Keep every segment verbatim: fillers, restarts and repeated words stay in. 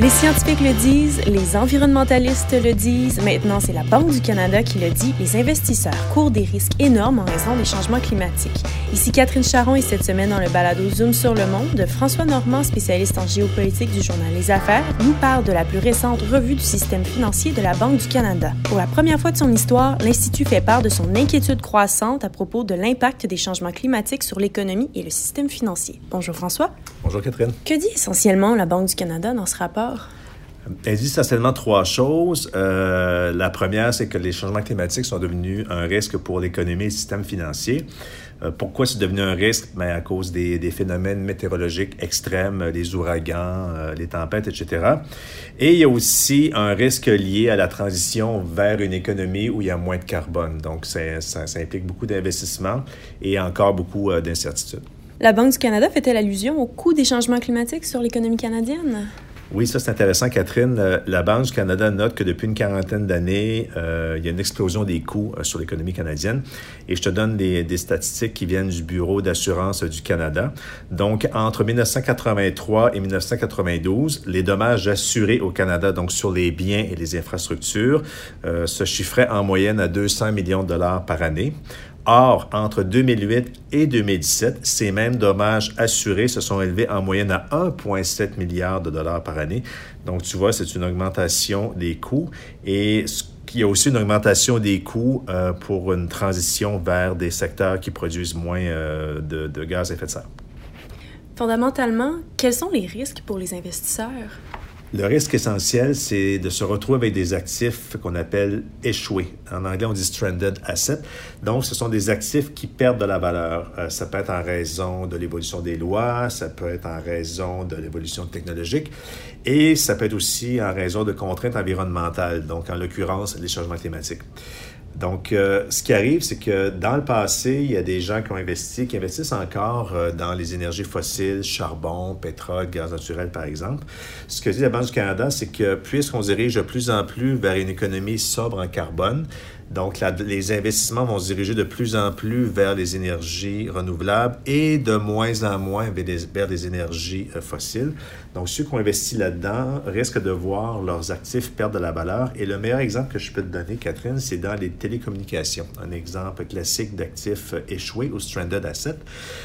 Les scientifiques le disent, les environnementalistes le disent, maintenant c'est la Banque du Canada qui le dit, les investisseurs courent des risques énormes en raison des changements climatiques. Ici Catherine Charron et cette semaine dans le balado Zoom sur le monde, François Normand, spécialiste en géopolitique du journal Les Affaires, nous parle de la plus récente revue du système financier de la Banque du Canada. Pour la première fois de son histoire, l'Institut fait part de son inquiétude croissante à propos de l'impact des changements climatiques sur l'économie et le système financier. Bonjour François. Bonjour Catherine. Que dit essentiellement la Banque du Canada dans ce rapport? Elle dit essentiellement trois choses. Euh, la première, c'est que les changements climatiques sont devenus un risque pour l'économie et le système financier. Euh, pourquoi c'est devenu un risque? Bien, à cause des, des phénomènes météorologiques extrêmes, les ouragans, euh, les tempêtes, et cetera. Et il y a aussi un risque lié à la transition vers une économie où il y a moins de carbone. Donc, ça, ça, ça implique beaucoup d'investissements et encore beaucoup euh, d'incertitudes. La Banque du Canada fait-elle allusion au coût des changements climatiques sur l'économie canadienne? Oui, ça c'est intéressant, Catherine. La Banque du Canada note que depuis une quarantaine d'années, euh, il y a une explosion des coûts euh, sur l'économie canadienne. Et je te donne des, des statistiques qui viennent du Bureau d'assurance du Canada. Donc, entre dix-neuf cent quatre-vingt-trois et dix-neuf cent quatre-vingt-douze, les dommages assurés au Canada, donc sur les biens et les infrastructures, euh, se chiffraient en moyenne à deux cents millions de dollars par année. Or, entre deux mille huit et deux mille dix-sept, ces mêmes dommages assurés se sont élevés en moyenne à un virgule sept milliard de dollars par année. Donc, tu vois, c'est une augmentation des coûts et il y a aussi une augmentation des coûts euh, pour une transition vers des secteurs qui produisent moins euh, de, de gaz à effet de serre. Fondamentalement, quels sont les risques pour les investisseurs? Le risque essentiel, c'est de se retrouver avec des actifs qu'on appelle échoués. En anglais, on dit stranded assets. Donc, ce sont des actifs qui perdent de la valeur. Euh, ça peut être en raison de l'évolution des lois, ça peut être en raison de l'évolution technologique et ça peut être aussi en raison de contraintes environnementales, donc en l'occurrence, les changements climatiques. Donc, euh, ce qui arrive, c'est que dans le passé, il y a des gens qui ont investi, qui investissent encore euh, dans les énergies fossiles, charbon, pétrole, gaz naturel, par exemple. Ce que dit la Banque du Canada, c'est que puisqu'on se dirige de plus en plus vers une économie sobre en carbone, donc la, les investissements vont se diriger de plus en plus vers les énergies renouvelables et de moins en moins vers des, vers des énergies euh, fossiles. Donc, ceux qui ont investi là-dedans risquent de voir leurs actifs perdre de la valeur. Et le meilleur exemple que je peux te donner, Catherine, c'est dans les télécommunications. Un exemple classique d'actifs échoués ou stranded assets.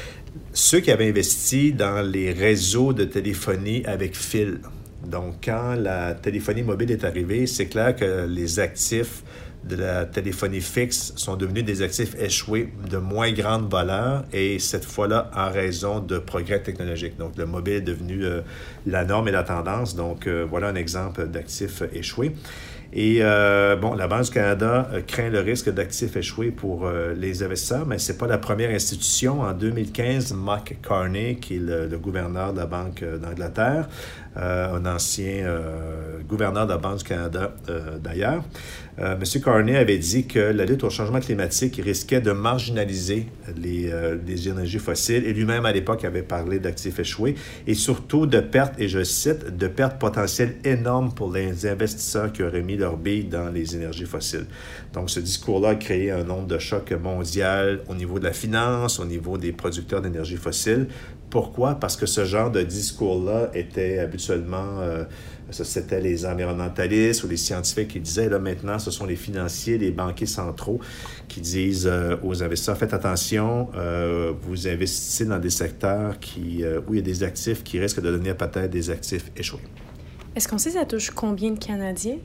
Ceux qui avaient investi dans les réseaux de téléphonie avec fil. Donc, quand la téléphonie mobile est arrivée, c'est clair que les actifs de la téléphonie fixe sont devenus des actifs échoués de moins grande valeur et cette fois-là en raison de progrès technologiques. Donc, le mobile est devenu euh, la norme et la tendance. Donc, euh, voilà un exemple d'actifs échoués. Et euh, bon, la Banque du Canada euh, craint le risque d'actifs échoués pour euh, les investisseurs, mais ce n'est pas la première institution. En deux mille quinze, Mark Carney, qui est le, le gouverneur de la Banque d'Angleterre, euh, un ancien euh, gouverneur de la Banque du Canada euh, d'ailleurs, euh, M. Carney avait dit que la lutte au changement climatique risquait de marginaliser les, euh, les énergies fossiles et lui-même à l'époque avait parlé d'actifs échoués et surtout de pertes, et je cite, de pertes potentielles énormes pour les investisseurs qui auraient mis leur bille dans les énergies fossiles. Donc, ce discours-là a créé un nombre de chocs mondial au niveau de la finance, au niveau des producteurs d'énergie fossile. Pourquoi? Parce que ce genre de discours-là était habituellement, euh, c'était les environnementalistes ou les scientifiques qui disaient, là maintenant, ce sont les financiers, les banquiers centraux qui disent euh, aux investisseurs, faites attention, euh, vous investissez dans des secteurs qui, euh, où il y a des actifs qui risquent de devenir peut-être des actifs échoués. Est-ce qu'on sait ça touche combien de Canadiens?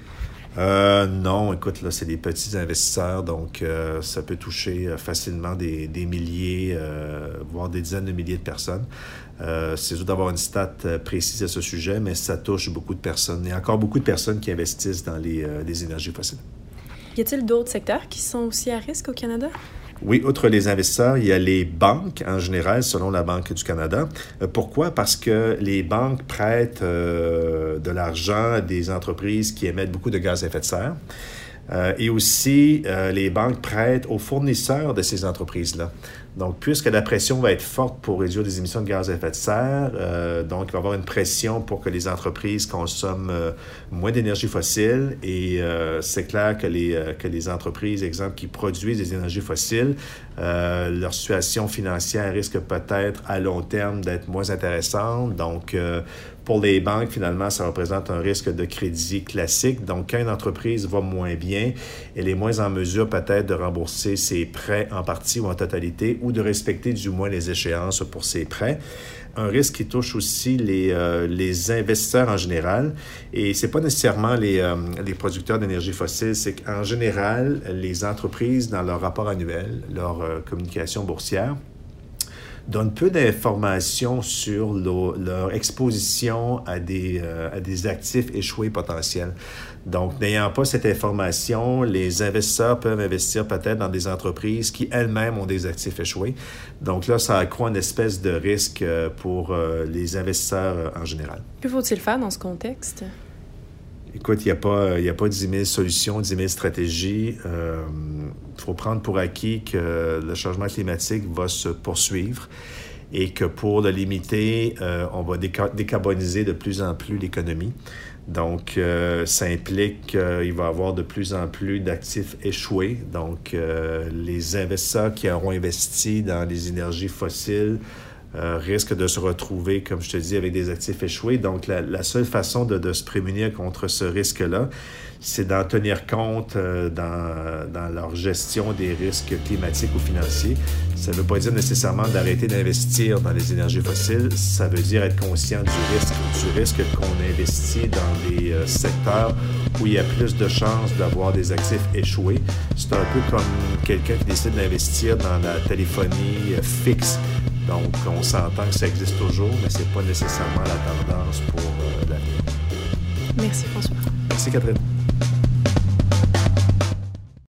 Euh, non, écoute, là, c'est des petits investisseurs, donc euh, ça peut toucher euh, facilement des, des milliers, euh, voire des dizaines de milliers de personnes. Euh, c'est sûr d'avoir une stat euh, précise à ce sujet, mais ça touche beaucoup de personnes. Il y a encore beaucoup de personnes qui investissent dans les, euh, les énergies fossiles. Y a-t-il d'autres secteurs qui sont aussi à risque au Canada? Oui, outre les investisseurs, il y a les banques en général, selon la Banque du Canada. Euh, pourquoi? Parce que les banques prêtent euh, de l'argent à des entreprises qui émettent beaucoup de gaz à effet de serre. Euh, et aussi, euh, les banques prêtent aux fournisseurs de ces entreprises-là. Donc, puisque la pression va être forte pour réduire les émissions de gaz à effet de serre, euh, donc il va y avoir une pression pour que les entreprises consomment euh, moins d'énergie fossile. Et euh, c'est clair que les, euh, que les entreprises, exemple, qui produisent des énergies fossiles, Euh, leur situation financière risque peut-être à long terme d'être moins intéressante. Donc, euh, pour les banques, finalement, ça représente un risque de crédit classique. Donc, quand une entreprise va moins bien, elle est moins en mesure peut-être de rembourser ses prêts en partie ou en totalité ou de respecter du moins les échéances pour ses prêts. Un risque qui touche aussi les, euh, les investisseurs en général. Et ce n'est pas nécessairement les, euh, les producteurs d'énergie fossile, c'est qu'en général, les entreprises, dans leur rapport annuel, leur euh, communication boursière, donnent peu d'informations sur leur, leur exposition à des, euh, à des actifs échoués potentiels. Donc, n'ayant pas cette information, les investisseurs peuvent investir peut-être dans des entreprises qui elles-mêmes ont des actifs échoués. Donc là, ça accroît une espèce de risque pour euh, les investisseurs en général. Que faut-il faire dans ce contexte? Écoute, il n'y a pas, il n'y a pas dix mille solutions, dix mille stratégies. Il euh, faut prendre pour acquis que le changement climatique va se poursuivre et que pour le limiter, euh, on va déca- décarboniser de plus en plus l'économie. Donc, euh, ça implique qu'il va y avoir de plus en plus d'actifs échoués. Donc, euh, les investisseurs qui auront investi dans les énergies fossiles Euh, risque de se retrouver, comme je te dis, avec des actifs échoués. Donc, la, la seule façon de, de se prémunir contre ce risque-là, c'est d'en tenir compte euh, dans, dans leur gestion des risques climatiques ou financiers. Ça ne veut pas dire nécessairement d'arrêter d'investir dans les énergies fossiles. Ça veut dire être conscient du risque, du risque qu'on investit dans des euh, secteurs où il y a plus de chances d'avoir des actifs échoués. C'est un peu comme quelqu'un qui décide d'investir dans la téléphonie euh, fixe. Donc, on s'entend que ça existe toujours, mais ce n'est pas nécessairement la tendance pour euh, l'avenir. Merci François. Merci Catherine.